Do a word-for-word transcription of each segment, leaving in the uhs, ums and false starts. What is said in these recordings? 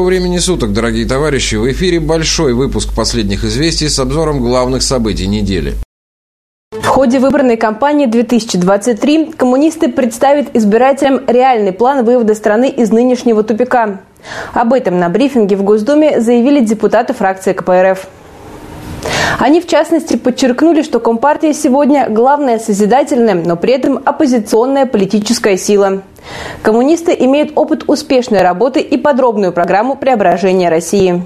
времени суток, дорогие товарищи. В эфире большой выпуск последних известий с обзором главных событий недели. В ходе выборной кампании две тысячи двадцать три коммунисты представят избирателям реальный план вывода страны из нынешнего тупика. Об этом на брифинге в Госдуме заявили депутаты фракции ка пэ эр эф. Они, в частности, подчеркнули, что Компартия сегодня главная созидательная, но при этом оппозиционная политическая сила. Коммунисты имеют опыт успешной работы и подробную программу преображения России.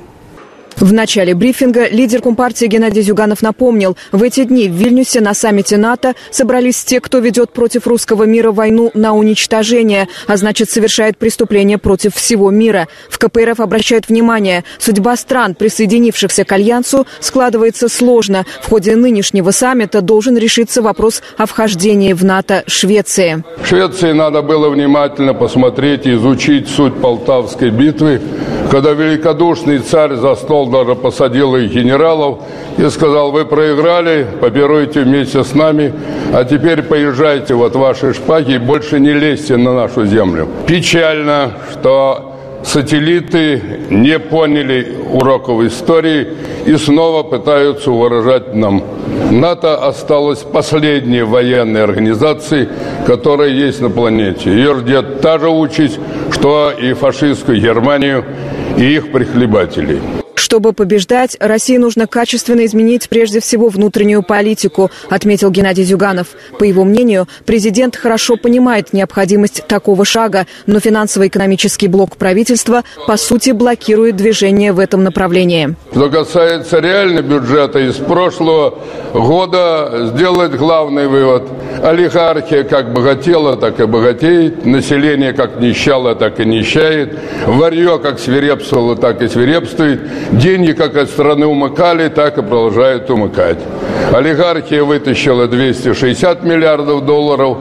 В начале брифинга лидер Компартии Геннадий Зюганов напомнил, в эти дни в Вильнюсе на саммите НАТО собрались те, кто ведет против русского мира войну на уничтожение, а значит совершает преступления против всего мира. В ка пэ эр эф обращают внимание, судьба стран, присоединившихся к Альянсу, складывается сложно. В ходе нынешнего саммита должен решиться вопрос о вхождении в НАТО Швеции. Швеции надо было внимательно посмотреть и изучить суть Полтавской битвы, когда великодушный царь за стол даже посадил их генералов и сказал: вы проиграли, попируйте вместе с нами, а теперь поезжайте вот ваши шпаги и больше не лезьте на нашу землю. Печально, что сателлиты не поняли уроков истории и снова пытаются выражать нам. НАТО осталась последней военной организацией, которая есть на планете. Ее ждет та же участь, что и фашистскую Германию и их прихлебателей. Чтобы побеждать, России нужно качественно изменить прежде всего внутреннюю политику, отметил Геннадий Зюганов. По его мнению, президент хорошо понимает необходимость такого шага, но финансово-экономический блок правительства, по сути, блокирует движение в этом направлении. Что касается реального бюджета из прошлого года, сделать главный вывод. Олигархия как богатела, так и богатеет. Население как нищало, так и нищает. Варье как свирепствовало, так и свирепствует. Деньги как от страны умыкали, так и продолжают умыкать. Олигархия вытащила двести шестьдесят миллиардов долларов.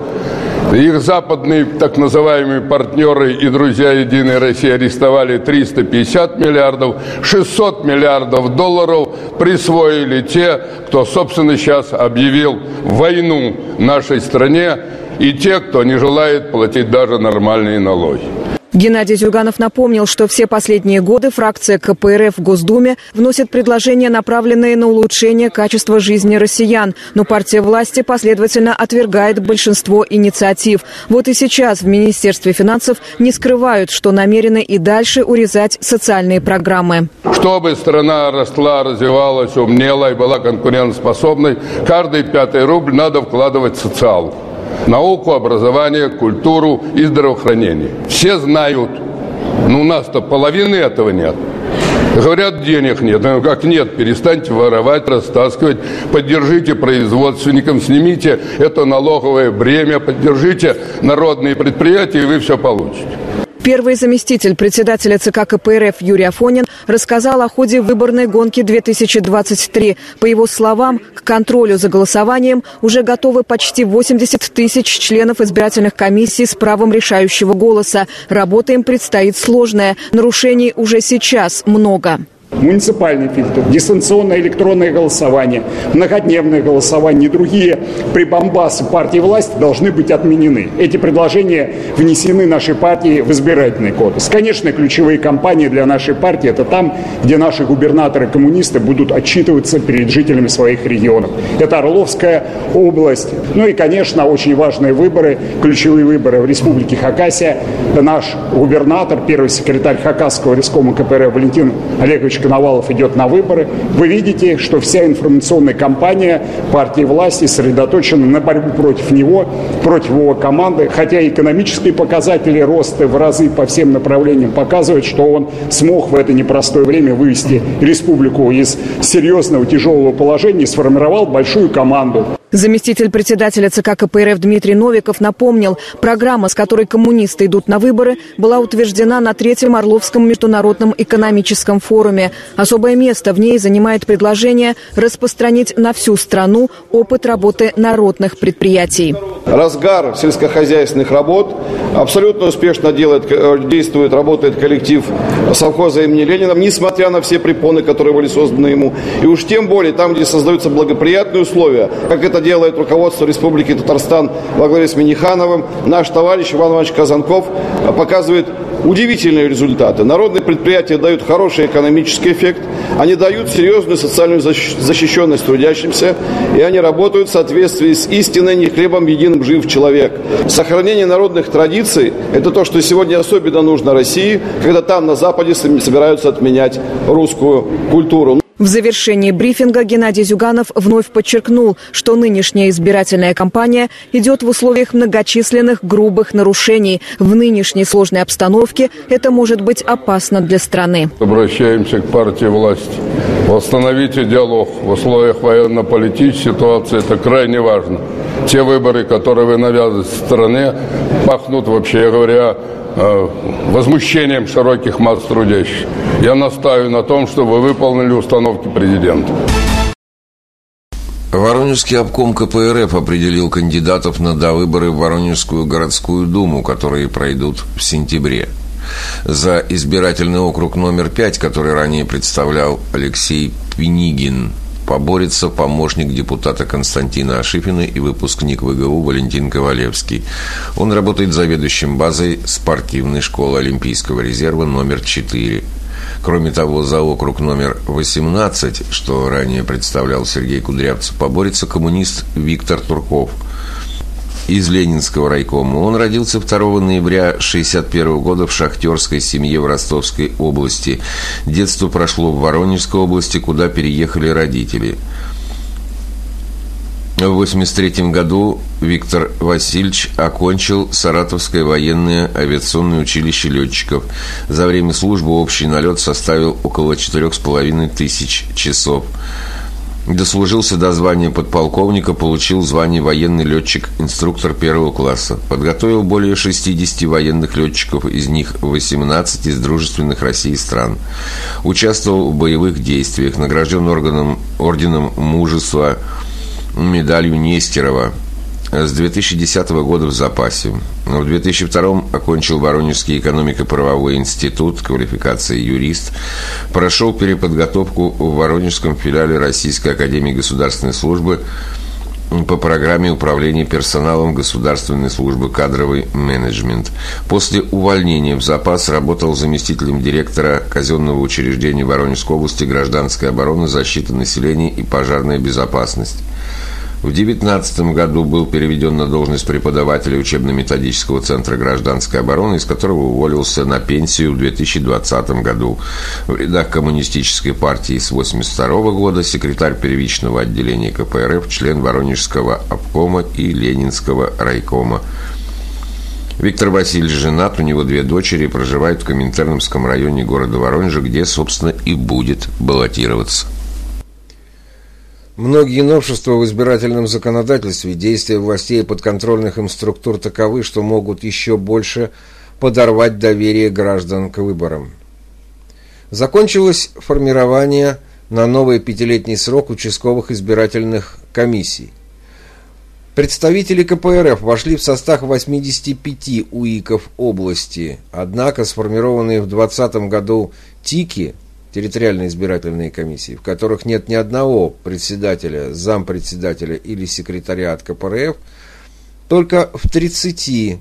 Их западные так называемые партнеры и друзья Единой России арестовали триста пятьдесят миллиардов. шестьсот миллиардов долларов присвоили те, кто, собственно, сейчас объявил войну нашей стране, и те, кто не желает платить даже нормальные налоги. Геннадий Зюганов напомнил, что все последние годы фракция ка пэ эр эф в Госдуме вносит предложения, направленные на улучшение качества жизни россиян. Но партия власти последовательно отвергает большинство инициатив. Вот и сейчас в Министерстве финансов не скрывают, что намерены и дальше урезать социальные программы. Чтобы страна росла, развивалась, умнела и была конкурентоспособной, каждый пятый рубль надо вкладывать в социалку. Науку, образование, культуру и здравоохранение. Все знают, но у нас-то половины этого нет. Говорят, денег нет. Ну как нет? Перестаньте воровать, растаскивать. Поддержите производственникам, снимите это налоговое бремя, поддержите народные предприятия, и вы все получите. Первый заместитель председателя ЦК ка пэ эр эф Юрий Афонин рассказал о ходе выборной гонки две тысячи двадцать три. По его словам, к контролю за голосованием уже готовы почти восемьдесят тысяч членов избирательных комиссий с правом решающего голоса. Работа им предстоит сложная. Нарушений уже сейчас много. Муниципальный фильтр, дистанционное электронное голосование, многодневное голосование и другие прибамбасы партии власти должны быть отменены. Эти предложения внесены нашей партией в избирательный кодекс. Конечно, ключевые кампании для нашей партии – это там, где наши губернаторы-коммунисты будут отчитываться перед жителями своих регионов. Это Орловская область. Ну и, конечно, очень важные выборы, ключевые выборы в Республике Хакасия. Наш губернатор, первый секретарь Хакасского райкома ка пэ эр эф Валентин Олегович Коновалов идет на выборы. Вы видите, что вся информационная кампания партии власти сосредоточена на борьбу против него, против его команды. Хотя экономические показатели роста в разы по всем направлениям показывают, что он смог в это непростое время вывести республику из серьезного тяжелого положения и сформировал большую команду. Заместитель председателя ЦК ка пэ эр эф Дмитрий Новиков напомнил, программа, с которой коммунисты идут на выборы, была утверждена на третьем Орловском международном экономическом форуме. Особое место в ней занимает предложение распространить на всю страну опыт работы народных предприятий. Разгар сельскохозяйственных работ. Абсолютно успешно делает, действует, работает коллектив совхоза имени Ленина, несмотря на все препоны, которые были созданы ему. И уж тем более там, где создаются благоприятные условия, как это Это делает руководство Республики Татарстан во главе с Миннихановым. Наш товарищ Иван Иванович Казанков показывает удивительные результаты. Народные предприятия дают хороший экономический эффект, они дают серьезную социальную защищенность трудящимся, и они работают в соответствии с истиной «не хлебом единым жив человек». Сохранение народных традиций – это то, что сегодня особенно нужно России, когда там, на Западе, собираются отменять русскую культуру. В завершении брифинга Геннадий Зюганов вновь подчеркнул, что нынешняя избирательная кампания идет в условиях многочисленных грубых нарушений. В нынешней сложной обстановке это может быть опасно для страны. Обращаемся к партии власти. Восстановите диалог в условиях военно-политической ситуации. Это крайне важно. Те выборы, которые вы навязываете стране, пахнут, вообще говоря, возмущением широких масс трудящих. Я настаиваю на том, чтобы вы выполнили установки президента. Воронежский обком ка пэ эр эф определил кандидатов на довыборы в Воронежскую городскую думу, которые пройдут в сентябре. За избирательный округ номер пять, который ранее представлял Алексей Пенигин, поборется помощник депутата Константина Ашифина и выпускник вэ гэ у Валентин Ковалевский. Он работает заведующим базой спортивной школы Олимпийского резерва номер четыре. Кроме того, за округ номер восемнадцать, что ранее представлял Сергей Кудрявцев, поборется коммунист Виктор Турков из Ленинского райкома. Он родился второго ноября шестьдесят первого года в шахтерской семье в Ростовской области. Детство прошло в Воронежской области, куда переехали родители. В восемьдесят третьем году Виктор Васильевич окончил Саратовское военное авиационное училище летчиков. За время службы общий налет составил около четырех с половиной тысяч часов. Дослужился до звания подполковника, получил звание военный летчик-инструктор первого класса. Подготовил более шестидесяти военных летчиков, из них восемнадцать из дружественных России стран. Участвовал в боевых действиях, награжден орденом, орденом мужества, медалью Нестерова. С две тысячи десятого года в запасе. В две тысячи втором окончил Воронежский экономико-правовой институт, квалификация юрист. Прошел переподготовку в Воронежском филиале Российской академии государственной службы по программе управления персоналом государственной службы кадровый менеджмент. После увольнения в запас работал заместителем директора казенного учреждения Воронежской области гражданской обороны, защита населения и пожарная безопасность. В две тысячи девятнадцатом году был переведен на должность преподавателя учебно-методического центра гражданской обороны, из которого уволился на пенсию в две тысячи двадцатом году. В рядах коммунистической партии с восемьдесят второго года, секретарь первичного отделения ка пэ эр эф, член Воронежского обкома и Ленинского райкома. Виктор Васильевич женат, у него две дочери, проживает в Коминтерновском районе города Воронежа, где, собственно, и будет баллотироваться. Многие новшества в избирательном законодательстве, действия властей и подконтрольных им структур таковы, что могут еще больше подорвать доверие граждан к выборам. Закончилось формирование на новый пятилетний срок участковых избирательных комиссий. Представители ка пэ эр эф вошли в состав восьмидесяти пяти уиков области, однако сформированные в двадцатом году ТИКи, территориальные избирательные комиссии, в которых нет ни одного председателя, зампредседателя или секретаря от ка пэ эр эф, только в тридцати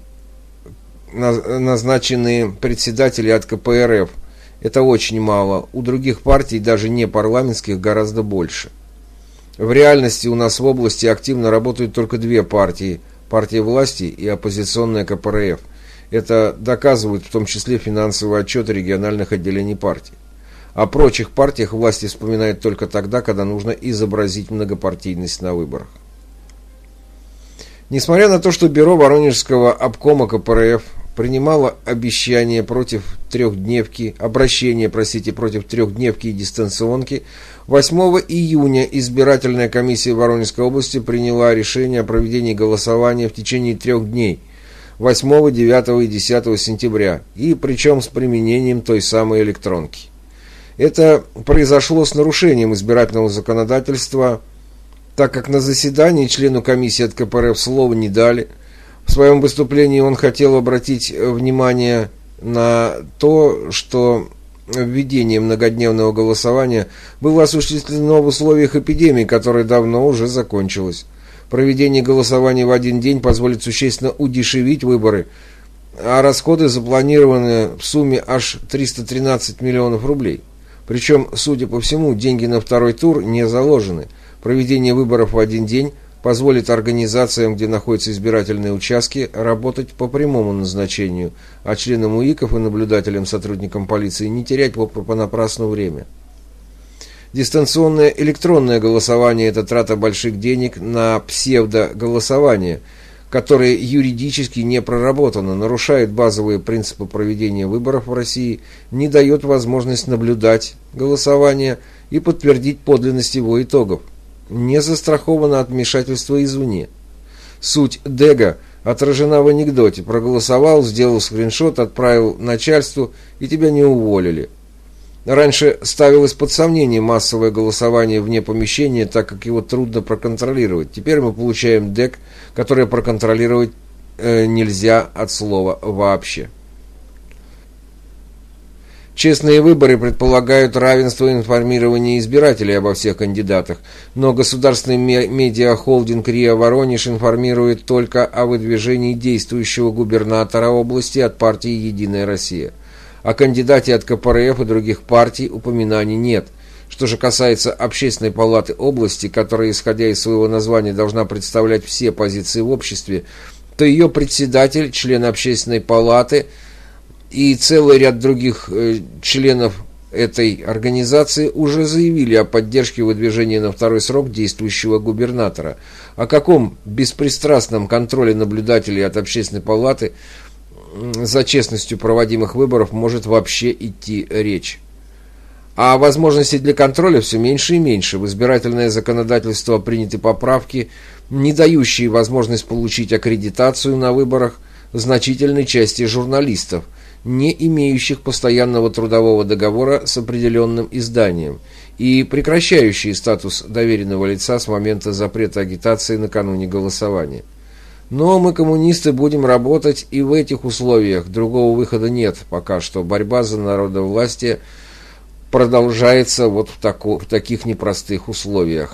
назначены председатели от ка пэ эр эф. Это очень мало. У других партий, даже не парламентских, гораздо больше. В реальности у нас в области активно работают только две партии. Партия власти и оппозиционная ка пэ эр эф. Это доказывают в том числе финансовые отчеты региональных отделений партий. О прочих партиях власти вспоминают только тогда, когда нужно изобразить многопартийность на выборах. Несмотря на то, что бюро Воронежского обкома ка пэ эр эф принимало обещания против трехдневки, обращение, простите, против трехдневки и дистанционки, восьмого июня избирательная комиссия Воронежской области приняла решение о проведении голосования в течение трех дней, восьмого, девятого и десятого сентября, и причем с применением той самой электронки. Это произошло с нарушением избирательного законодательства, так как на заседании члену комиссии от ка пэ эр эф слова не дали. В своем выступлении он хотел обратить внимание на то, что введение многодневного голосования было осуществлено в условиях эпидемии, которая давно уже закончилась. Проведение голосования в один день позволит существенно удешевить выборы, а расходы запланированы в сумме аж триста тринадцать миллионов рублей. Причем, судя по всему, деньги на второй тур не заложены. Проведение выборов в один день позволит организациям, где находятся избирательные участки, работать по прямому назначению, а членам УИКов и наблюдателям, сотрудникам полиции не терять понапрасну время. Дистанционное электронное голосование – это трата больших денег на псевдоголосование, которое юридически не проработано, нарушает базовые принципы проведения выборов в России, не дает возможность наблюдать голосование и подтвердить подлинность его итогов, не застраховано от вмешательства извне. Суть ДЭГа отражена в анекдоте: проголосовал, сделал скриншот, отправил начальству, и тебя не уволили. Раньше ставилось под сомнение массовое голосование вне помещения, так как его трудно проконтролировать. Теперь мы получаем ДЭГ, который проконтролировать э, нельзя от слова вообще. Честные выборы предполагают равенство информирования избирателей обо всех кандидатах, но государственный медиахолдинг РИА Воронеж информирует только о выдвижении действующего губернатора области от партии «Единая Россия». О кандидате от ка пэ эр эф и других партий упоминаний нет. Что же касается Общественной палаты области, которая, исходя из своего названия, должна представлять все позиции в обществе, то ее председатель, член Общественной палаты и целый ряд других э, членов этой организации уже заявили о поддержке выдвижения на второй срок действующего губернатора. О каком беспристрастном контроле наблюдателей от Общественной палаты за честностью проводимых выборов может вообще идти речь? А возможностей для контроля все меньше и меньше. В избирательное законодательство приняты поправки, не дающие возможность получить аккредитацию на выборах значительной части журналистов, не имеющих постоянного трудового договора с определенным изданием и прекращающие статус доверенного лица с момента запрета агитации накануне голосования. Но мы, коммунисты, будем работать и в этих условиях. Другого выхода нет. Пока что борьба за народовластие продолжается вот в, тако, в таких непростых условиях.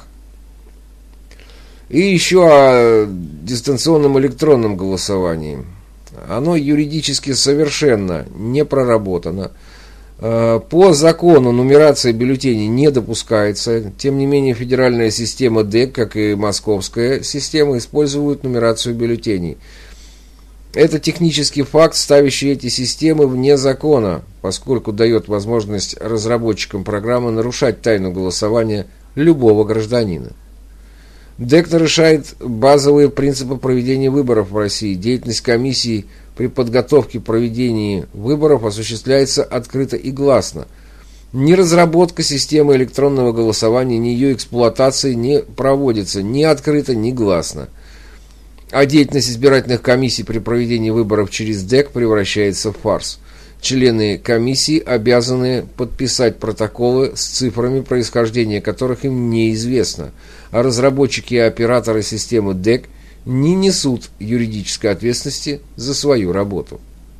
И еще о дистанционном электронном голосовании. Оно юридически совершенно не проработано. По закону нумерация бюллетеней не допускается. Тем не менее, федеральная система ДЭГ, как и московская система, используют нумерацию бюллетеней. Это технический факт, ставящий эти системы вне закона, поскольку дает возможность разработчикам программы нарушать тайну голосования любого гражданина. ДЭГ нарушает базовые принципы проведения выборов в России. Деятельность комиссии при подготовке к проведению выборов осуществляется открыто и гласно. Ни разработка системы электронного голосования, ни ее эксплуатация не проводится ни открыто, ни гласно. А деятельность избирательных комиссий при проведении выборов через ДЭГ превращается в фарс. Члены комиссии обязаны подписать протоколы с цифрами, происхождения которых им неизвестно, а разработчики и операторы системы ДЭГ не несут юридической ответственности за свою работу.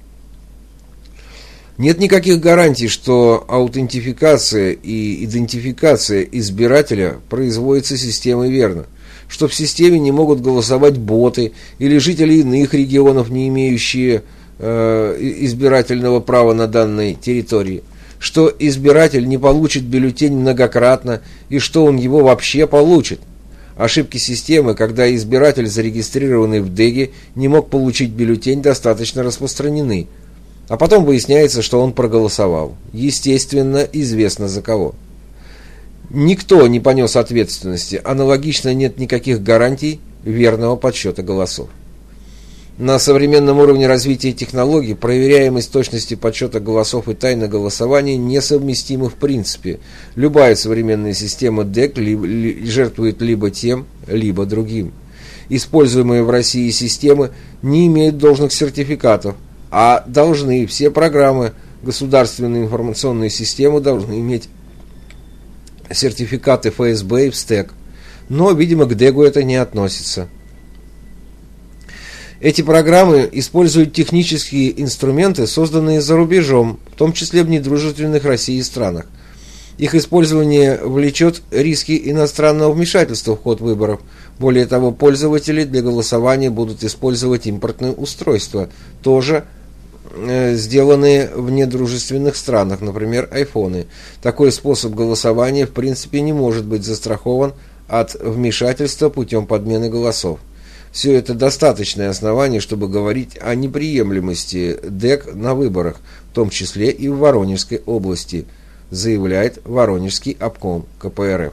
Нет никаких гарантий, что аутентификация и идентификация избирателя производится системой верно, что в системе не могут голосовать боты или жители иных регионов, не имеющие э, избирательного права на данной территории, что избиратель не получит бюллетень многократно и что он его вообще получит. Ошибки системы, когда избиратель, зарегистрированный в ДЭГе, не мог получить бюллетень, достаточно распространены. А потом выясняется, что он проголосовал. Естественно, известно за кого. Никто не понес ответственности. Аналогично нет никаких гарантий верного подсчета голосов. На современном уровне развития технологий проверяемость точности подсчета голосов и тайна голосования несовместимы в принципе. Любая современная система ДЭГ либо, ли, жертвует либо тем, либо другим. Используемые в России системы не имеют должных сертификатов, а должны. Все программы государственной информационной системы должны иметь сертификаты эф эс бэ и в стэк. Но, видимо, к ДЭГу это не относится. Эти программы используют технические инструменты, созданные за рубежом, в том числе в недружественных России странах. Их использование влечет риски иностранного вмешательства в ход выборов. Более того, пользователи для голосования будут использовать импортные устройства, тоже э, сделанные в недружественных странах, например, айфоны. Такой способ голосования в принципе не может быть застрахован от вмешательства путем подмены голосов. Все это достаточное основание, чтобы говорить о неприемлемости ДЭК на выборах, в том числе и в Воронежской области, заявляет Воронежский обком ка пэ эр эф.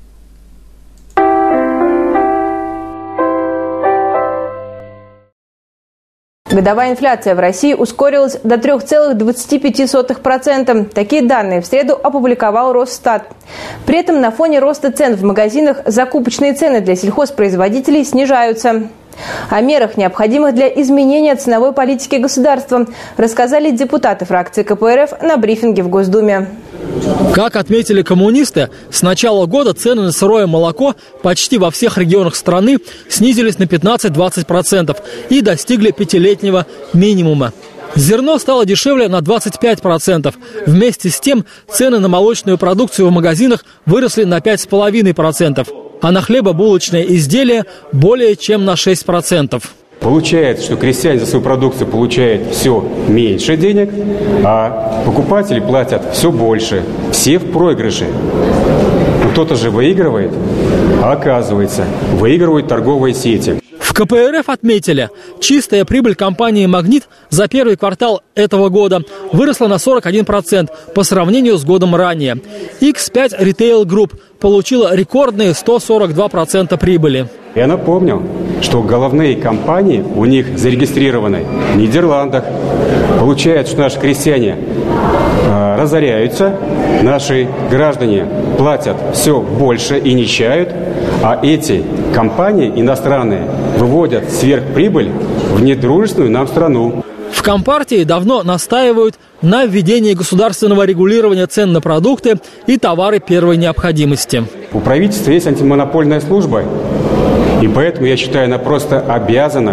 Годовая инфляция в России ускорилась до три целых двадцать пять сотых процента. Такие данные в среду опубликовал Росстат. При этом на фоне роста цен в магазинах закупочные цены для сельхозпроизводителей снижаются. О мерах, необходимых для изменения ценовой политики государства, рассказали депутаты фракции ка пэ эр эф на брифинге в Госдуме. Как отметили коммунисты, с начала года цены на сырое молоко почти во всех регионах страны снизились на пятнадцать-двадцать процентов и достигли пятилетнего минимума. Зерно стало дешевле на двадцать пять процентов. Вместе с тем цены на молочную продукцию в магазинах выросли на пять целых пять десятых процента, а на хлебобулочные изделия более чем на шесть процентов. Получается, что крестьянин за свою продукцию получает все меньше денег, а покупатели платят все больше. Все в проигрыше. Кто-то же выигрывает, а оказывается, выигрывают торговые сети. В ка пэ эр эф отметили, чистая прибыль компании «Магнит» за первый квартал этого года выросла на сорок один процент по сравнению с годом ранее. икс пять Retail Group получила рекордные сто сорок два процента прибыли. Я напомню, что головные компании у них зарегистрированы в Нидерландах. Получается, что наши крестьяне э, разоряются, наши граждане платят все больше и нищают, а эти компании иностранные выводят сверхприбыль в недружественную нам страну. В Компартии давно настаивают на введении государственного регулирования цен на продукты и товары первой необходимости. У правительства есть антимонопольная служба, и поэтому, я считаю, она просто обязана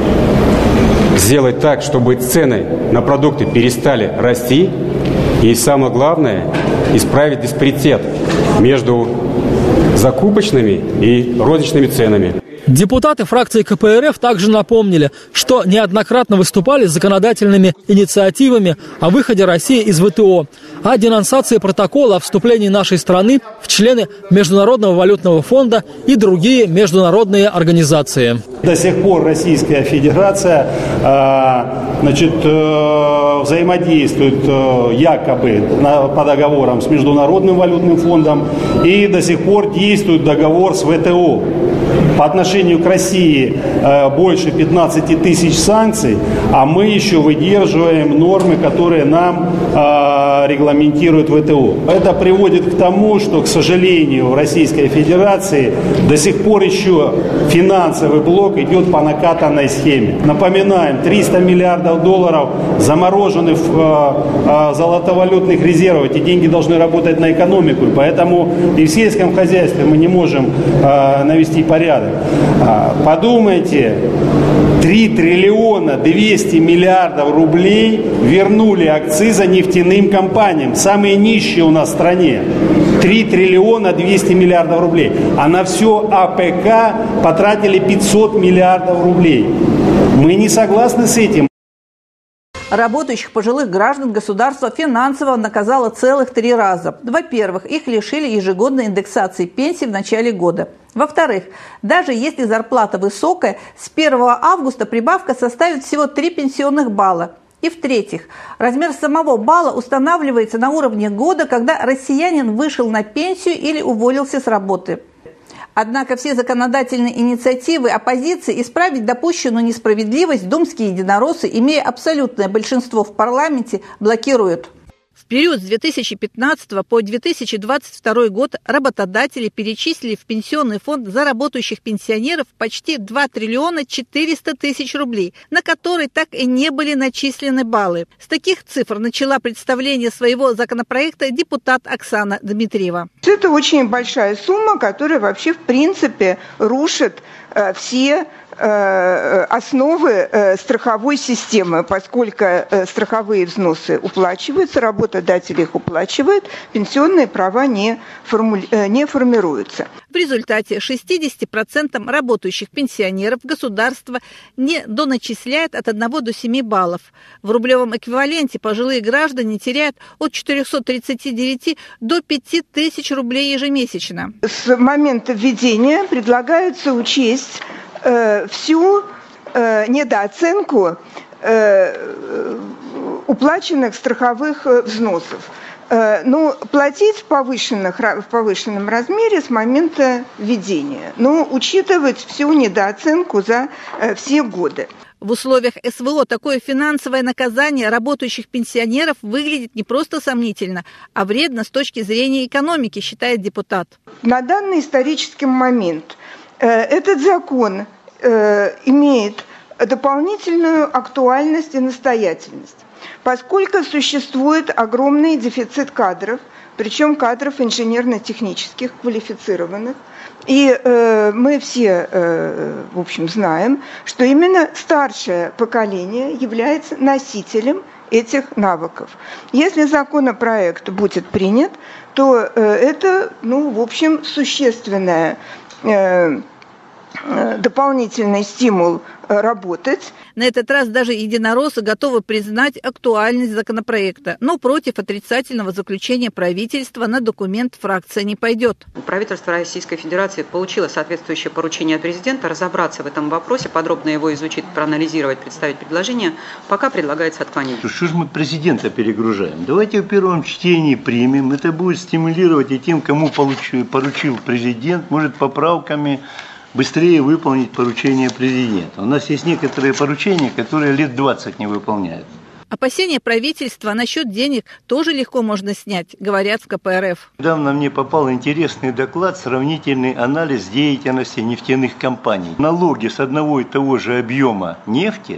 сделать так, чтобы цены на продукты перестали расти, и самое главное, исправить диспаритет между закупочными и розничными ценами. Депутаты фракции ка пэ эр эф также напомнили, что неоднократно выступали с законодательными инициативами о выходе России из вэ тэ о, о денонсации протокола о вступлении нашей страны в члены Международного валютного фонда и другие международные организации. До сих пор Российская Федерация э, значит, э, взаимодействует э, якобы на, по договорам с Международным валютным фондом, и до сих пор действует договор с вэ тэ о. По отношению к России э, больше пятнадцати тысяч санкций, а мы еще выдерживаем нормы, которые нам э, регламентирует вэ тэ о. Это приводит к тому, что, к сожалению, в Российской Федерации до сих пор еще финансовый блок идет по накатанной схеме. Напоминаем, триста миллиардов долларов заморожены в э, э, золотовалютных резервах. Эти деньги должны работать на экономику, поэтому и в сельском хозяйстве мы не можем э, навести порядок. Подумайте, три триллиона двести миллиардов рублей вернули акциза нефтяным компаниям, самые нищие у нас в стране. три триллиона двести миллиардов рублей. А на все а пэ ка потратили пятьсот миллиардов рублей. Мы не согласны с этим. Работающих пожилых граждан государство финансово наказало целых три раза. Во-первых, их лишили ежегодной индексации пенсий в начале года. Во-вторых, даже если зарплата высокая, с первого августа прибавка составит всего три пенсионных балла. И в-третьих, размер самого балла устанавливается на уровне года, когда россиянин вышел на пенсию или уволился с работы. Однако все законодательные инициативы оппозиции исправить допущенную несправедливость думские единороссы, имея абсолютное большинство в парламенте, блокируют. В период с две тысячи пятнадцатого по две тысячи двадцать второй год работодатели перечислили в пенсионный фонд за работающих пенсионеров почти два триллиона четыреста тысяч рублей, на которые так и не были начислены баллы. С таких цифр начала представление своего законопроекта депутат Оксана Дмитриева. Это очень большая сумма, которая вообще в принципе рушит э, все основы страховой системы, поскольку страховые взносы уплачиваются, работодатель их уплачивает, пенсионные права не, форму... не формируются. В результате шестьдесят процентов работающих пенсионеров государство не доначисляет от одного до семи баллов. В рублевом эквиваленте пожилые граждане теряют от четырёхсот тридцати девяти до пяти тысяч рублей ежемесячно. С момента введения предлагается учесть э, всю э, недооценку э, уплаченных страховых взносов. Ну, платить в, повышенных, в повышенном размере с момента введения, но учитывать всю недооценку за все годы. В условиях СВО такое финансовое наказание работающих пенсионеров выглядит не просто сомнительно, а вредно с точки зрения экономики, считает депутат. На данный исторический момент этот закон имеет дополнительную актуальность и настоятельность, поскольку существует огромный дефицит кадров, причем кадров инженерно-технических, квалифицированных. И э, мы все, э, в общем, знаем, что именно старшее поколение является носителем этих навыков. Если законопроект будет принят, то э, это, ну, в общем, существенное э, дополнительный стимул работать. На этот раз даже единороссы готовы признать актуальность законопроекта, но против отрицательного заключения правительства на документ фракция не пойдет. Правительство Российской Федерации получило соответствующее поручение от президента разобраться в этом вопросе, подробно его изучить, проанализировать, представить предложение. Пока предлагается отклонить. Что ж мы президента перегружаем? Давайте в первом чтении примем. Это будет стимулировать и тем, кому поручил президент, может, поправками быстрее выполнить поручение президента. У нас есть некоторые поручения, которые лет двадцать не выполняют. Опасения правительства насчет денег тоже легко можно снять, говорят в ка пэ эр эф. Недавно мне попал интересный доклад, сравнительный анализ деятельности нефтяных компаний. Налоги с одного и того же объема нефти.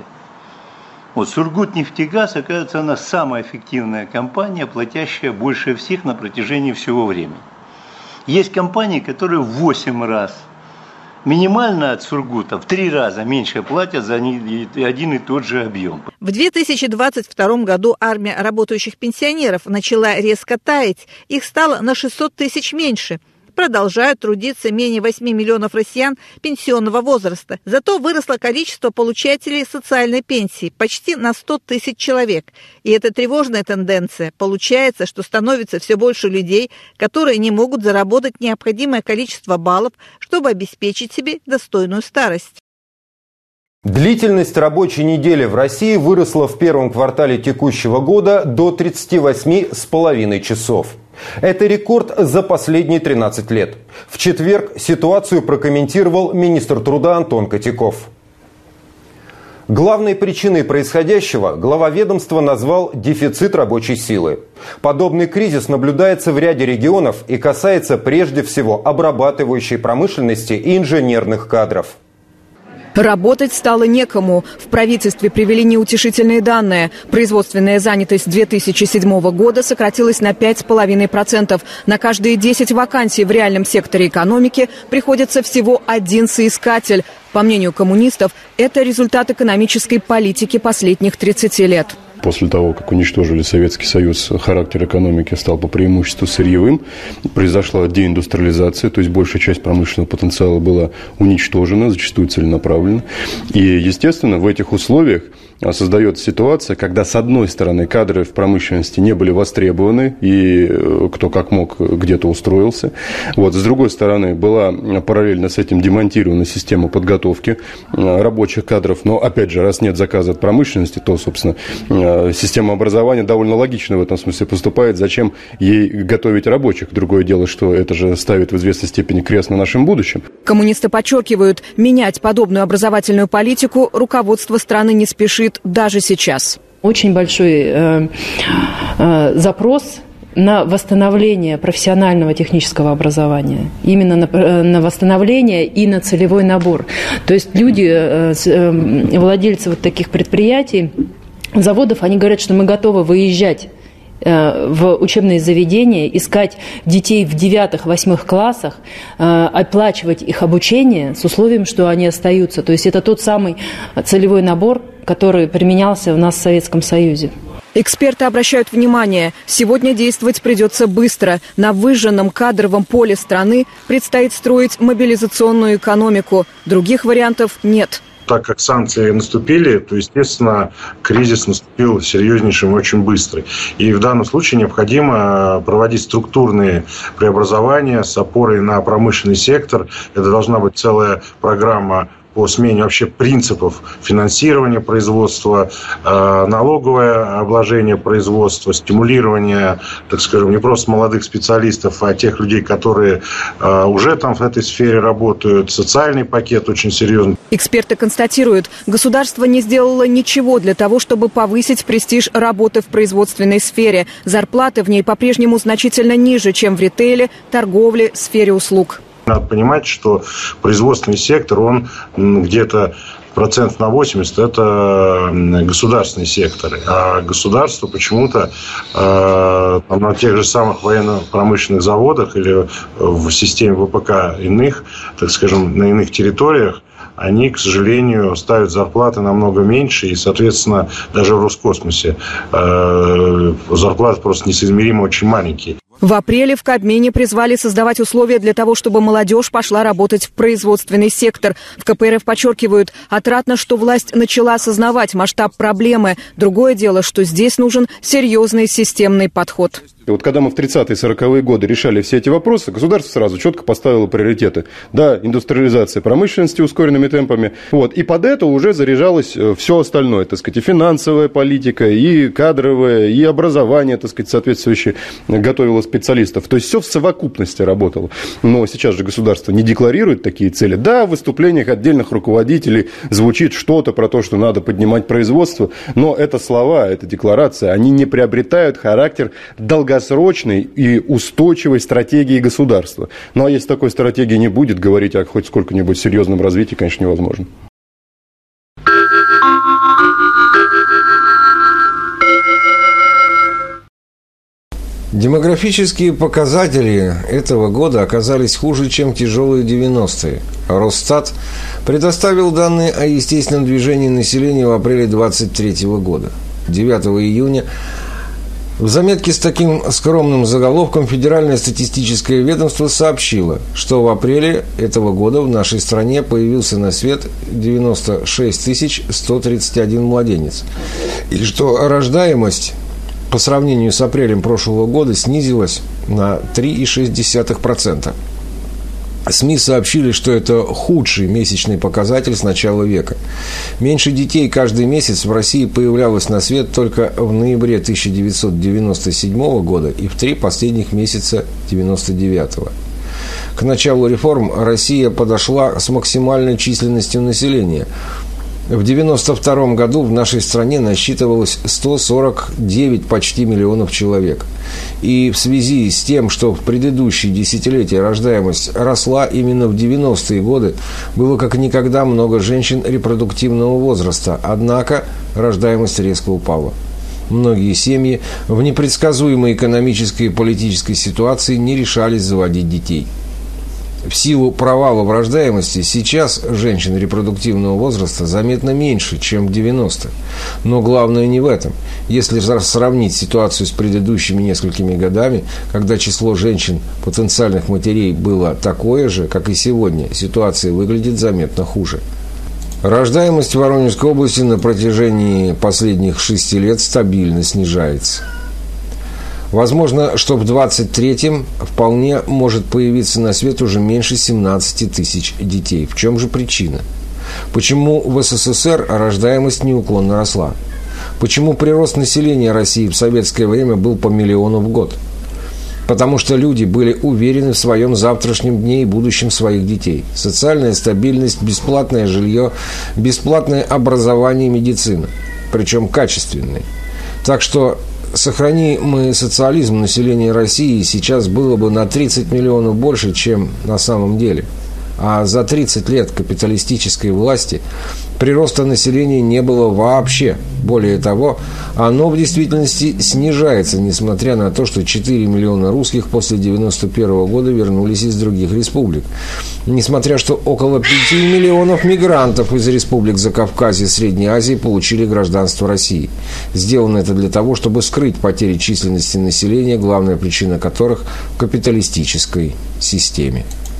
Вот Сургутнефтегаз, оказывается, она самая эффективная компания, платящая больше всех на протяжении всего времени. Есть компании, которые в восемь раз минимально от Сургута в три раза меньше платят за один и тот же объем. В две тысячи двадцать втором году армия работающих пенсионеров начала резко таять. Их стало на шестьсот тысяч меньше. Продолжают трудиться менее восьми миллионов россиян пенсионного возраста. Зато выросло количество получателей социальной пенсии почти на сто тысяч человек. И это тревожная тенденция. Получается, что становится все больше людей, которые не могут заработать необходимое количество баллов, чтобы обеспечить себе достойную старость. Длительность рабочей недели в России выросла в первом квартале текущего года до тридцати восьми с половиной часов. Это рекорд за последние тринадцать лет. В четверг ситуацию прокомментировал министр труда Антон Котяков. Главной причиной происходящего глава ведомства назвал дефицит рабочей силы. Подобный кризис наблюдается в ряде регионов и касается прежде всего обрабатывающей промышленности и инженерных кадров. Работать стало некому. В правительстве привели неутешительные данные. Производственная занятость две тысячи седьмого года сократилась на пять целых пять десятых процента. На каждые десять вакансий в реальном секторе экономики приходится всего один соискатель. По мнению коммунистов, это результат экономической политики последних тридцати лет. После того, как уничтожили Советский Союз, характер экономики стал по преимуществу сырьевым. Произошла деиндустриализация, то есть большая часть промышленного потенциала была уничтожена, зачастую целенаправленно. И, естественно, в этих условиях создается ситуация, когда, с одной стороны, кадры в промышленности не были востребованы, и кто как мог где-то устроился. Вот. С другой стороны, была параллельно с этим демонтирована система подготовки рабочих кадров. Но, опять же, раз нет заказа от промышленности, то, собственно, система образования довольно логично в этом смысле поступает. Зачем ей готовить рабочих? Другое дело, что это же ставит в известной степени крест на нашем будущем. Коммунисты подчеркивают, менять подобную образовательную политику руководство страны не спешит даже сейчас. Очень большой э, э, запрос на восстановление профессионального технического образования. Именно на, на восстановление и на целевой набор. То есть люди, э, э, владельцы вот таких предприятий, заводов, они говорят, что мы готовы выезжать в учебные заведения, искать детей в девятых-восьмых классах, оплачивать их обучение с условием, что они остаются. То есть это тот самый целевой набор, который применялся у нас в Советском Союзе. Эксперты обращают внимание, сегодня действовать придется быстро. На выжженном кадровом поле страны предстоит строить мобилизационную экономику. Других вариантов нет. Так как санкции наступили, то, естественно, кризис наступил серьезнейшим и очень быстрый. И в данном случае необходимо проводить структурные преобразования с опорой на промышленный сектор. Это должна быть целая программа по смене вообще принципов финансирования производства, налоговое обложение производства, стимулирование, так скажем, не просто молодых специалистов, а тех людей, которые уже там в этой сфере работают. Социальный пакет очень серьезный. Эксперты констатируют, государство не сделало ничего для того, чтобы повысить престиж работы в производственной сфере. Зарплаты в ней по-прежнему значительно ниже, чем в ритейле, торговле, сфере услуг. Надо понимать, что производственный сектор, он где-то процентов на восемьдесят это государственный сектор. А государство почему-то э, на тех же самых военно-промышленных заводах или в системе ВПК иных, так скажем, на иных территориях, они, к сожалению, ставят зарплаты намного меньше, и, соответственно, даже в Роскосмосе э, зарплаты просто несоизмеримо очень маленькие. В апреле в Кабмине призвали создавать условия для того, чтобы молодежь пошла работать в производственный сектор. В ка пэ эр эф подчеркивают, отрадно, что власть начала осознавать масштаб проблемы. Другое дело, что здесь нужен серьезный системный подход. И вот когда мы в тридцатые сороковые годы решали все эти вопросы, государство сразу четко поставило приоритеты. Да, индустриализация промышленности ускоренными темпами. Вот, и под это уже заряжалось все остальное, так сказать, и финансовая политика, и кадровая, и образование, так сказать, соответствующее готовило специалистов. То есть все в совокупности работало. Но сейчас же государство не декларирует такие цели. Да, в выступлениях отдельных руководителей звучит что-то про то, что надо поднимать производство, но это слова, это декларация, они не приобретают характер долгосрочного долгосрочной и устойчивой стратегии государства. Ну а если такой стратегии не будет, говорить о хоть сколько-нибудь серьезном развитии, конечно, невозможно. Демографические показатели этого года оказались хуже, чем тяжелые девяностые. Росстат предоставил данные о естественном движении населения в апреле двадцать третьего года. девятого июня в заметке с таким скромным заголовком Федеральное статистическое ведомство сообщило, что в апреле этого года в нашей стране появился на свет девяносто шесть тысяч сто тридцать один младенец. И что рождаемость по сравнению с апрелем прошлого года снизилась на три целых шесть десятых процента. СМИ сообщили, что это худший месячный показатель с начала века. Меньше детей каждый месяц в России появлялось на свет только в ноябре тысяча девятьсот девяносто седьмого года и в три последних месяца девяносто девятого. К началу реформ Россия подошла с максимальной численностью населения. В девяносто втором году в нашей стране насчитывалось сто сорок девять почти миллионов человек. И в связи с тем, что в предыдущие десятилетия рождаемость росла именно в девяностые годы, было как никогда много женщин репродуктивного возраста, однако рождаемость резко упала. Многие семьи в непредсказуемой экономической и политической ситуации не решались заводить детей. В силу провала в рождаемости сейчас женщин репродуктивного возраста заметно меньше, чем в девяностых. Но главное не в этом. Если сравнить ситуацию с предыдущими несколькими годами, когда число женщин, потенциальных матерей, было такое же, как и сегодня, ситуация выглядит заметно хуже. Рождаемость в Воронежской области на протяжении последних шести лет стабильно снижается. Возможно, что в двадцать третьем вполне может появиться на свет уже меньше семнадцати тысяч детей. В чем же причина? Почему в эс эс эс эр рождаемость неуклонно росла? Почему прирост населения России в советское время был по миллиону в год? Потому что люди были уверены в своем завтрашнем дне и будущем своих детей. Социальная стабильность, бесплатное жилье, бесплатное образование и медицина. Причем качественное. Так что сохрани мы социализм, население России сейчас было бы на тридцать миллионов больше, чем на самом деле. А за тридцать лет капиталистической власти прироста населения не было вообще. Более того, оно в действительности снижается, несмотря на то, что четыре миллиона русских после девяносто первого года вернулись из других республик. Несмотря что около пяти миллионов мигрантов из республик Закавказья и Средней Азии получили гражданство России. Сделано это для того, чтобы скрыть потери численности населения, главная причина которых в капиталистической системе.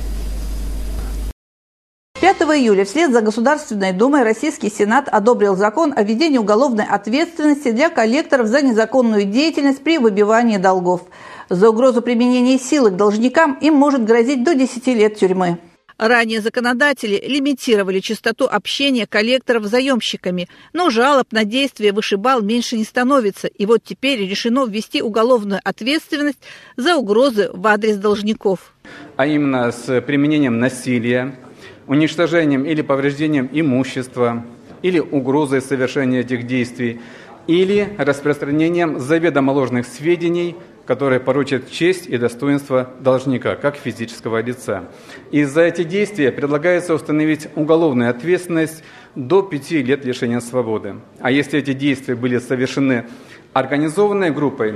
пятого июля вслед за Государственной Думой Российский Сенат одобрил закон о введении уголовной ответственности для коллекторов за незаконную деятельность при выбивании долгов. За угрозу применения силы к должникам им может грозить до десяти лет тюрьмы. Ранее законодатели лимитировали частоту общения коллекторов с заемщиками, но жалоб на действия вышибал меньше не становится. И вот теперь решено ввести уголовную ответственность за угрозы в адрес должников. А именно с применением насилия, уничтожением или повреждением имущества, или угрозой совершения этих действий, или распространением заведомо ложных сведений, которые порочат честь и достоинство должника, как физического лица. И за эти действия предлагается установить уголовную ответственность до пяти лет лишения свободы. А если эти действия были совершены организованной группой,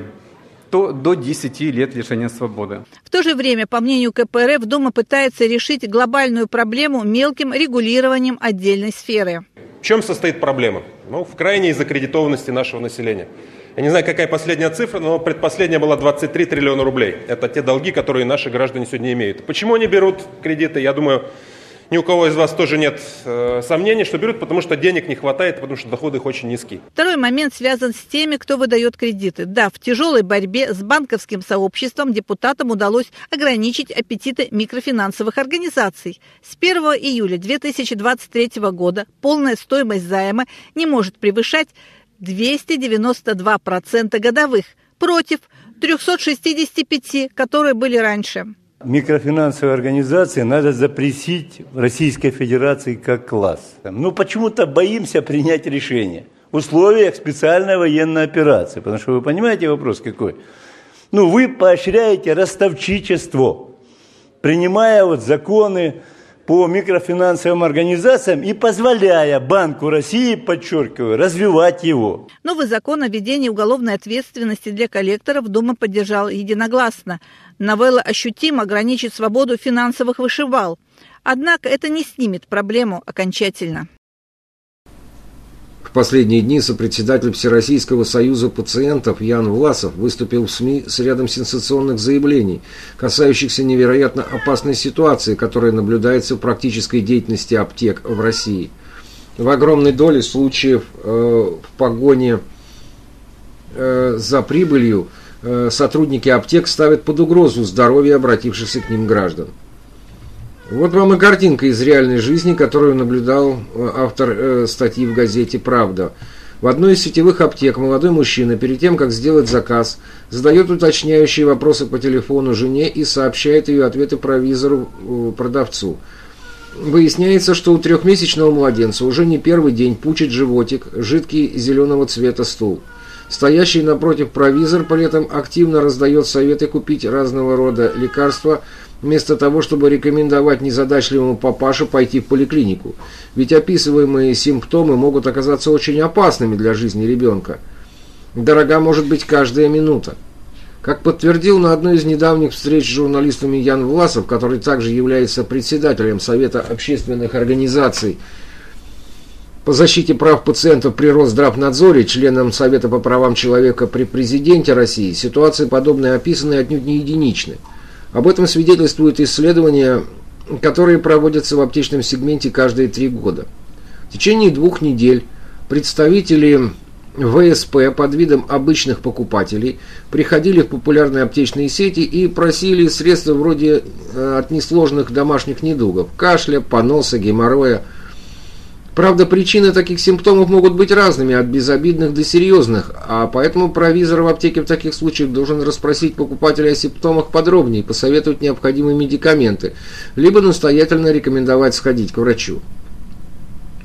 то до десяти лет лишения свободы. В то же время, по мнению ка пэ эр эф, Дума пытается решить глобальную проблему мелким регулированием отдельной сферы. В чем состоит проблема? Ну, в крайней закредитованности нашего населения. Я не знаю, какая последняя цифра, но предпоследняя была двадцать три триллиона рублей. Это те долги, которые наши граждане сегодня имеют. Почему они берут кредиты? Я думаю, ни у кого из вас тоже нет э, сомнений, что берут, потому что денег не хватает, потому что доходы их очень низкие. Второй момент связан с теми, кто выдает кредиты. Да, в тяжелой борьбе с банковским сообществом депутатам удалось ограничить аппетиты микрофинансовых организаций. С первого июля две тысячи двадцать третьего года полная стоимость займа не может превышать двести девяносто два процента годовых против трехсот шестидесяти пяти, которые были раньше. Микрофинансовые организации надо запретить в Российской Федерации как класс. Ну, почему-то боимся принять решение в условиях специальной военной операции. Потому что вы понимаете вопрос какой? Ну, вы поощряете ростовчичество, принимая вот законы по микрофинансовым организациям и позволяя Банку России, подчеркиваю, развивать его. Новый закон о введении уголовной ответственности для коллекторов Дума поддержала единогласно. Новелла ощутимо ограничит свободу финансовых вышибал. Однако это не снимет проблему окончательно. В последние дни сопредседатель Всероссийского союза пациентов Ян Власов выступил в СМИ с рядом сенсационных заявлений, касающихся невероятно опасной ситуации, которая наблюдается в практической деятельности аптек в России. В огромной доле случаев э, в погоне э, за прибылью э, сотрудники аптек ставят под угрозу здоровье обратившихся к ним граждан. Вот вам и картинка из реальной жизни, которую наблюдал автор э, статьи в газете «Правда». В одной из сетевых аптек молодой мужчина перед тем, как сделать заказ, задает уточняющие вопросы по телефону жене и сообщает ее ответы провизору-продавцу. Выясняется, что у трехмесячного младенца уже не первый день пучит животик, жидкий зеленого цвета стул. Стоящий напротив провизор при этом активно раздает советы купить разного рода лекарства, вместо того, чтобы рекомендовать незадачливому папаше пойти в поликлинику. Ведь описываемые симптомы могут оказаться очень опасными для жизни ребенка. Дорога может быть каждая минута. Как подтвердил на одной из недавних встреч с журналистами Ян Власов, который также является председателем Совета общественных организаций по защите прав пациентов при Росздравнадзоре, членом Совета по правам человека при президенте России, ситуации подобные описаны отнюдь не единичны. Об этом свидетельствуют исследования, которые проводятся в аптечном сегменте каждые три года. В течение двух недель представители вэ эс пэ под видом обычных покупателей приходили в популярные аптечные сети и просили средства вроде от несложных домашних недугов – кашля, поноса, геморроя. Правда, причины таких симптомов могут быть разными, от безобидных до серьезных, а поэтому провизор в аптеке в таких случаях должен расспросить покупателя о симптомах подробнее, посоветовать необходимые медикаменты, либо настоятельно рекомендовать сходить к врачу.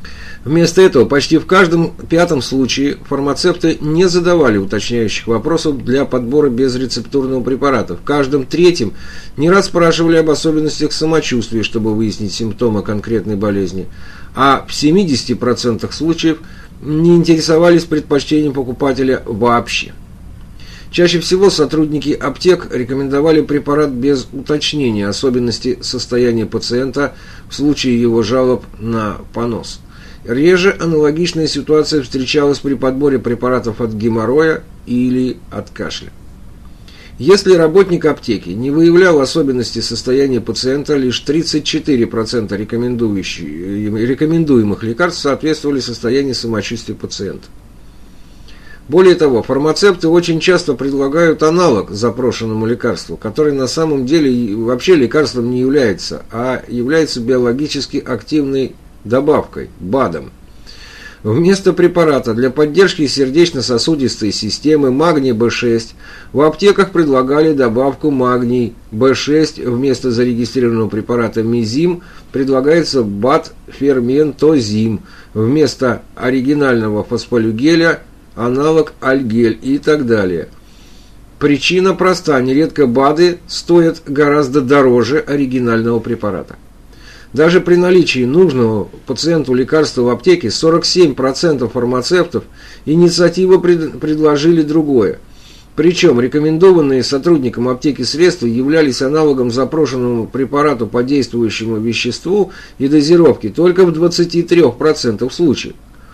Вместо этого почти в каждом пятом случае фармацевты не задавали уточняющих вопросов для подбора безрецептурного препарата. В каждом третьем не раз спрашивали об особенностях самочувствия, чтобы выяснить симптомы конкретной болезни, а в семидесяти процентах случаев не интересовались предпочтением покупателя вообще. Чаще всего сотрудники аптек рекомендовали препарат без уточнения особенностей состояния пациента в случае его жалоб на понос. Реже аналогичная ситуация встречалась при подборе препаратов от геморроя или от кашля. Если работник аптеки не выявлял особенности состояния пациента, лишь тридцать четыре процента рекомендуемых лекарств соответствовали состоянию самочувствия пациента. Более того, фармацевты очень часто предлагают аналог запрошенному лекарству, который на самом деле вообще лекарством не является, а является биологически активной добавкой, БАДом. Вместо препарата для поддержки сердечно-сосудистой системы магний бэ шесть в аптеках предлагали добавку магний бэ шесть, вместо зарегистрированного препарата Мизим предлагается БАД-ферментозим, вместо оригинального фосфолюгеля аналог Альгель и так далее. Причина проста: нередко БАДы стоят гораздо дороже оригинального препарата. Даже при наличии нужного пациенту лекарства в аптеке сорок семь процентов фармацевтов инициативу пред, предложили другое. Причем рекомендованные сотрудникам аптеки средства являлись аналогом запрошенному препарату по действующему веществу и дозировке только в двадцати трёх процентах случаев.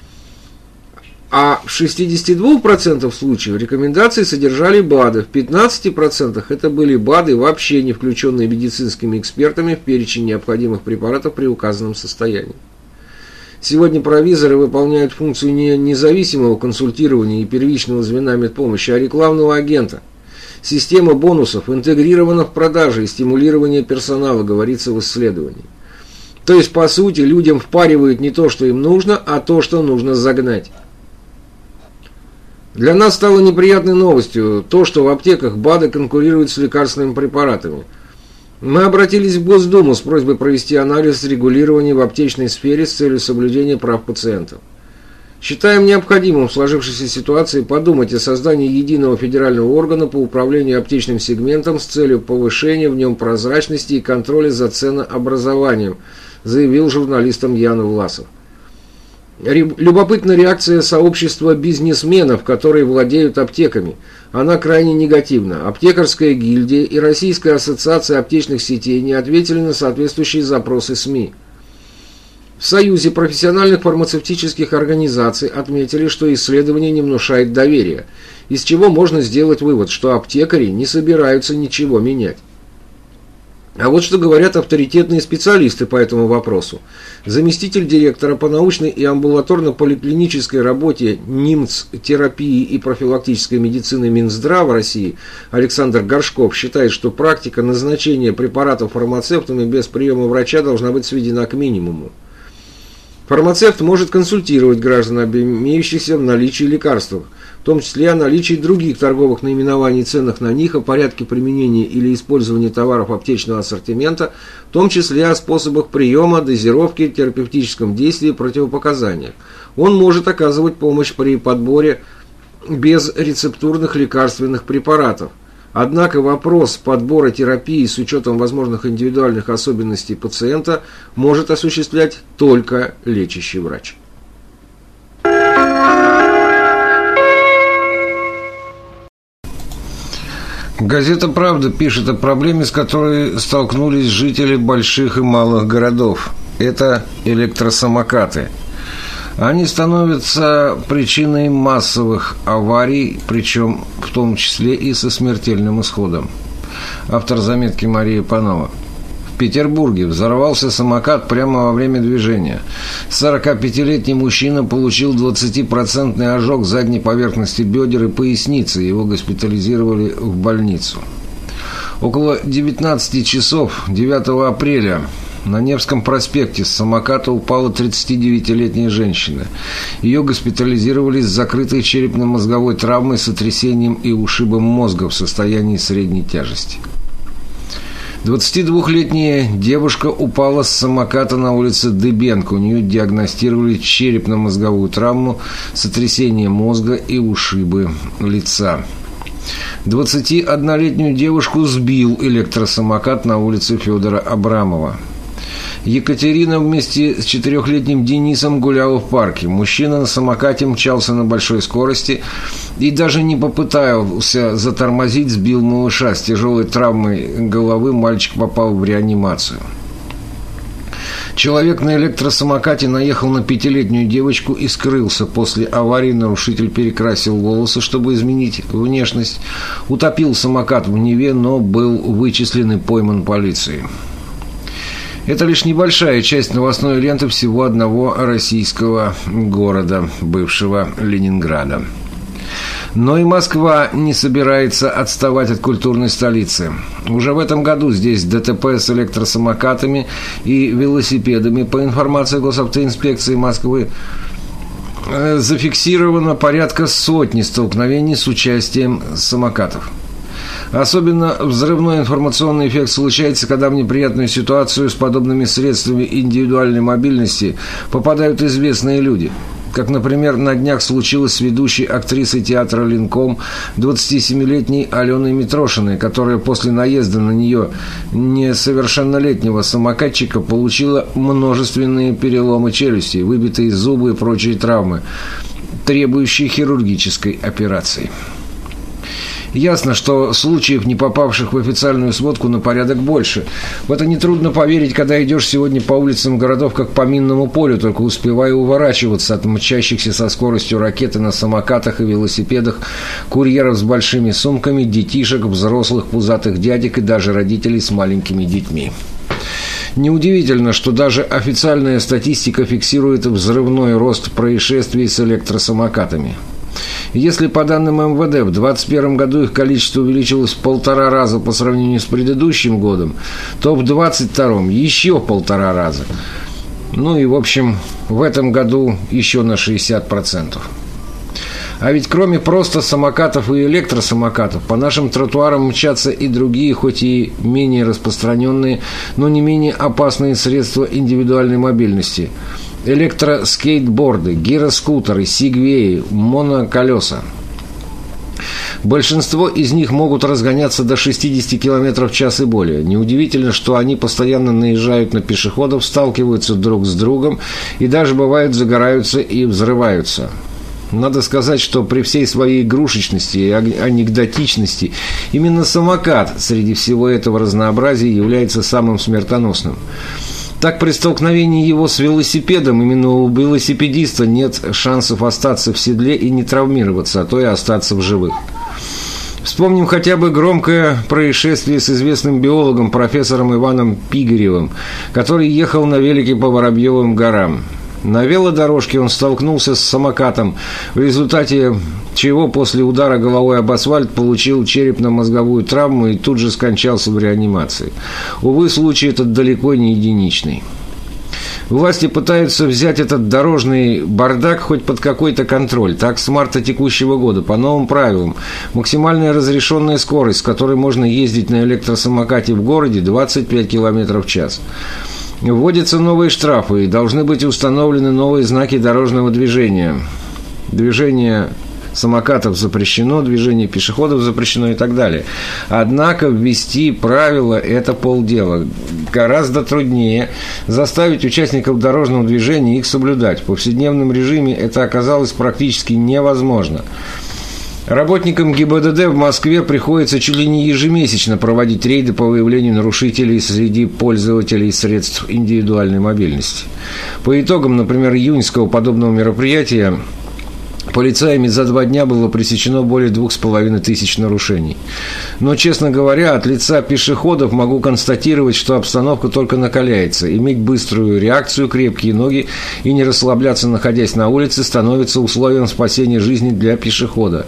А в шестидесяти двух процентах случаев рекомендации содержали БАДы, в пятнадцати процентах это были БАДы, вообще не включенные медицинскими экспертами в перечень необходимых препаратов при указанном состоянии. Сегодня провизоры выполняют функцию не независимого консультирования и первичного звена медпомощи, а рекламного агента. Система бонусов интегрирована в продажи и стимулирование персонала, говорится в исследовании. То есть, по сути, людям впаривают не то, что им нужно, а то, что нужно загнать. Для нас стало неприятной новостью то, что в аптеках БАДы конкурируют с лекарственными препаратами. Мы обратились в Госдуму с просьбой провести анализ регулирования в аптечной сфере с целью соблюдения прав пациентов. Считаем необходимым в сложившейся ситуации подумать о создании единого федерального органа по управлению аптечным сегментом с целью повышения в нем прозрачности и контроля за ценообразованием, заявил журналистам Ян Власов. Любопытна реакция сообщества бизнесменов, которые владеют аптеками. Она крайне негативна. Аптекарская гильдия и Российская ассоциация аптечных сетей не ответили на соответствующие запросы СМИ. В Союзе профессиональных фармацевтических организаций отметили, что исследование не внушает доверия, из чего можно сделать вывод, что аптекари не собираются ничего менять. А вот что говорят авторитетные специалисты по этому вопросу. Заместитель директора по научной и амбулаторно-поликлинической работе НИМЦ терапии и профилактической медицины Минздрава России Александр Горшков считает, что практика назначения препаратов фармацевтами без приема врача должна быть сведена к минимуму. Фармацевт может консультировать граждан об имеющихся в наличии лекарствах, в том числе о наличии других торговых наименований, ценах на них, о порядке применения или использования товаров аптечного ассортимента, в том числе о способах приема, дозировки, терапевтическом действии, противопоказаниях. Он может оказывать помощь при подборе безрецептурных лекарственных препаратов. Однако вопрос подбора терапии с учетом возможных индивидуальных особенностей пациента может осуществлять только лечащий врач. Газета «Правда» пишет о проблеме, с которой столкнулись жители больших и малых городов. Это электросамокаты. Они становятся причиной массовых аварий, причем в том числе и со смертельным исходом. Автор заметки Мария Панова. В Петербурге взорвался самокат прямо во время движения. сорокапятилетний мужчина получил двадцатипроцентный ожог задней поверхности бедер и поясницы. Его госпитализировали в больницу. Около девятнадцати часов девятого апреля на Невском проспекте с самоката упала тридцатидевятилетняя женщина. Ее госпитализировали с закрытой черепно-мозговой травмой, сотрясением и ушибом мозга в состоянии средней тяжести. двадцатидвухлетняя девушка упала с самоката на улице Дыбенко. У нее диагностировали черепно-мозговую травму, сотрясение мозга и ушибы лица. двадцатиоднолетнюю девушку сбил электросамокат на улице Федора Абрамова. Екатерина вместе с четырехлетним Денисом гуляла в парке. Мужчина на самокате мчался на большой скорости и даже не попытался затормозить, сбил малыша. С тяжелой травмой головы мальчик попал в реанимацию. Человек на электросамокате наехал на пятилетнюю девочку и скрылся. После аварии нарушитель перекрасил волосы, чтобы изменить внешность. Утопил самокат в Неве, но был вычислен и пойман полицией. Это лишь небольшая часть новостной ленты всего одного российского города, бывшего Ленинграда. Но и Москва не собирается отставать от культурной столицы. Уже в этом году здесь ДТП с электросамокатами и велосипедами, по информации госавтоинспекции Москвы, зафиксировано порядка сотни столкновений с участием самокатов. Особенно взрывной информационный эффект случается, когда в неприятную ситуацию с подобными средствами индивидуальной мобильности попадают известные люди. Как, например, на днях случилось с ведущей актрисой театра «Ленком» двадцатисемилетней Аленой Митрошиной, которая после наезда на нее несовершеннолетнего самокатчика получила множественные переломы челюстей, выбитые зубы и прочие травмы, требующие хирургической операции. Ясно, что случаев, не попавших в официальную сводку, на порядок больше. В это нетрудно поверить, когда идешь сегодня по улицам городов, как по минному полю, только успевая уворачиваться от мчащихся со скоростью ракеты на самокатах и велосипедах курьеров с большими сумками, детишек, взрослых пузатых дядек и даже родителей с маленькими детьми. Неудивительно, что даже официальная статистика фиксирует взрывной рост происшествий с электросамокатами. Если по данным эм вэ дэ в двадцать первом году их количество увеличилось в полтора раза по сравнению с предыдущим годом, то в двадцать втором еще в полтора раза. Ну и, в общем, в этом году еще на шестьдесят процентов. А ведь кроме просто самокатов и электросамокатов, по нашим тротуарам мчатся и другие, хоть и менее распространенные, но не менее опасные средства индивидуальной мобильности. Электроскейтборды, гироскутеры, сигвеи, моноколеса. Большинство из них могут разгоняться до шестидесяти километров в час и более. Неудивительно, что они постоянно наезжают на пешеходов, сталкиваются друг с другом и даже, бывает, загораются и взрываются. Надо сказать, что при всей своей игрушечности и анекдотичности именно самокат среди всего этого разнообразия является самым смертоносным. Так, при столкновении его с велосипедом именно у велосипедиста нет шансов остаться в седле и не травмироваться, а то и остаться в живых. Вспомним хотя бы громкое происшествие с известным биологом профессором Иваном Пигаревым, который ехал на велике по Воробьевым горам. На велодорожке он столкнулся с самокатом, в результате чего после удара головой об асфальт получил черепно-мозговую травму и тут же скончался в реанимации. Увы, случай этот далеко не единичный. Власти пытаются взять этот дорожный бардак хоть под какой-то контроль. Так, с марта текущего года по новым правилам максимальная разрешенная скорость, с которой можно ездить на электросамокате в городе, двадцать пять километров в час. Вводятся новые штрафы и должны быть установлены новые знаки дорожного движения. Движение самокатов запрещено, движение пешеходов запрещено и так далее. Однако ввести правила – это полдела. Гораздо труднее заставить участников дорожного движения их соблюдать. В повседневном режиме это оказалось практически невозможно. Работникам гэ и бэ дэ дэ в Москве приходится чуть ли не ежемесячно проводить рейды по выявлению нарушителей среди пользователей средств индивидуальной мобильности. По итогам, например, июньского подобного мероприятия полицаями за два дня было пресечено более двух с половиной тысяч нарушений. Но, честно говоря, от лица пешеходов могу констатировать, что обстановка только накаляется. Иметь быструю реакцию, крепкие ноги и не расслабляться, находясь на улице, становится условием спасения жизни для пешехода.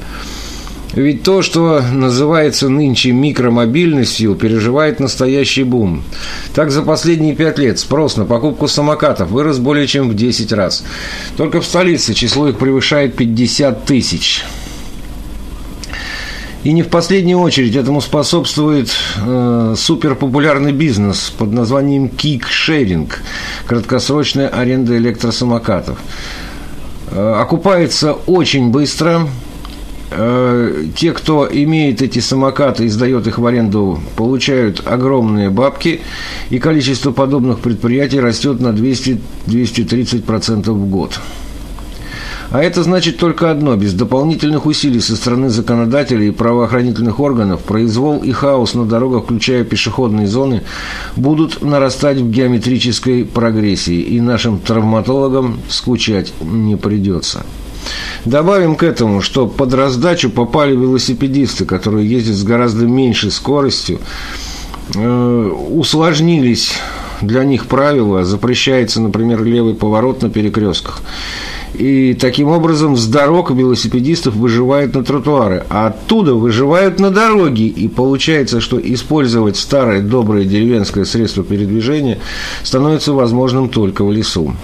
Ведь то, что называется нынче микромобильностью, переживает настоящий бум. Так, за последние пять лет спрос на покупку самокатов вырос более чем в десять раз. Только в столице число их превышает пятьдесят тысяч. И не в последнюю очередь этому способствует э, суперпопулярный бизнес под названием кик-шеринг, краткосрочная аренда электросамокатов. Э, окупается очень быстро. Э, те, кто имеет эти самокаты и сдает их в аренду, получают огромные бабки, и количество подобных предприятий растет на двести - двести тридцать процентов в год. А это значит только одно: без дополнительных усилий со стороны законодателей и правоохранительных органов произвол и хаос на дорогах, включая пешеходные зоны, будут нарастать в геометрической прогрессии, и нашим травматологам скучать не придется. Добавим к этому, что под раздачу попали велосипедисты, которые ездят с гораздо меньшей скоростью, э, усложнились для них правила, запрещается, например, левый поворот на перекрестках. И таким образом с дорог велосипедистов выживают на тротуары, а оттуда выживают на дороге. И получается, что использовать старое доброе деревенское средство передвижения становится возможным только в лесу.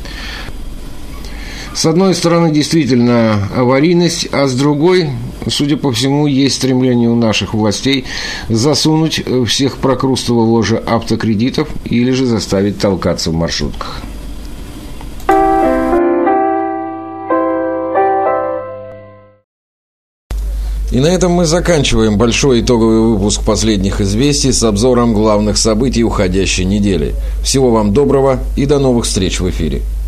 С одной стороны, действительно аварийность, а с другой, судя по всему, есть стремление у наших властей засунуть всех прокрустово в ложе автокредитов или же заставить толкаться в маршрутках. И на этом мы заканчиваем большой итоговый выпуск последних известий с обзором главных событий уходящей недели. Всего вам доброго и до новых встреч в эфире.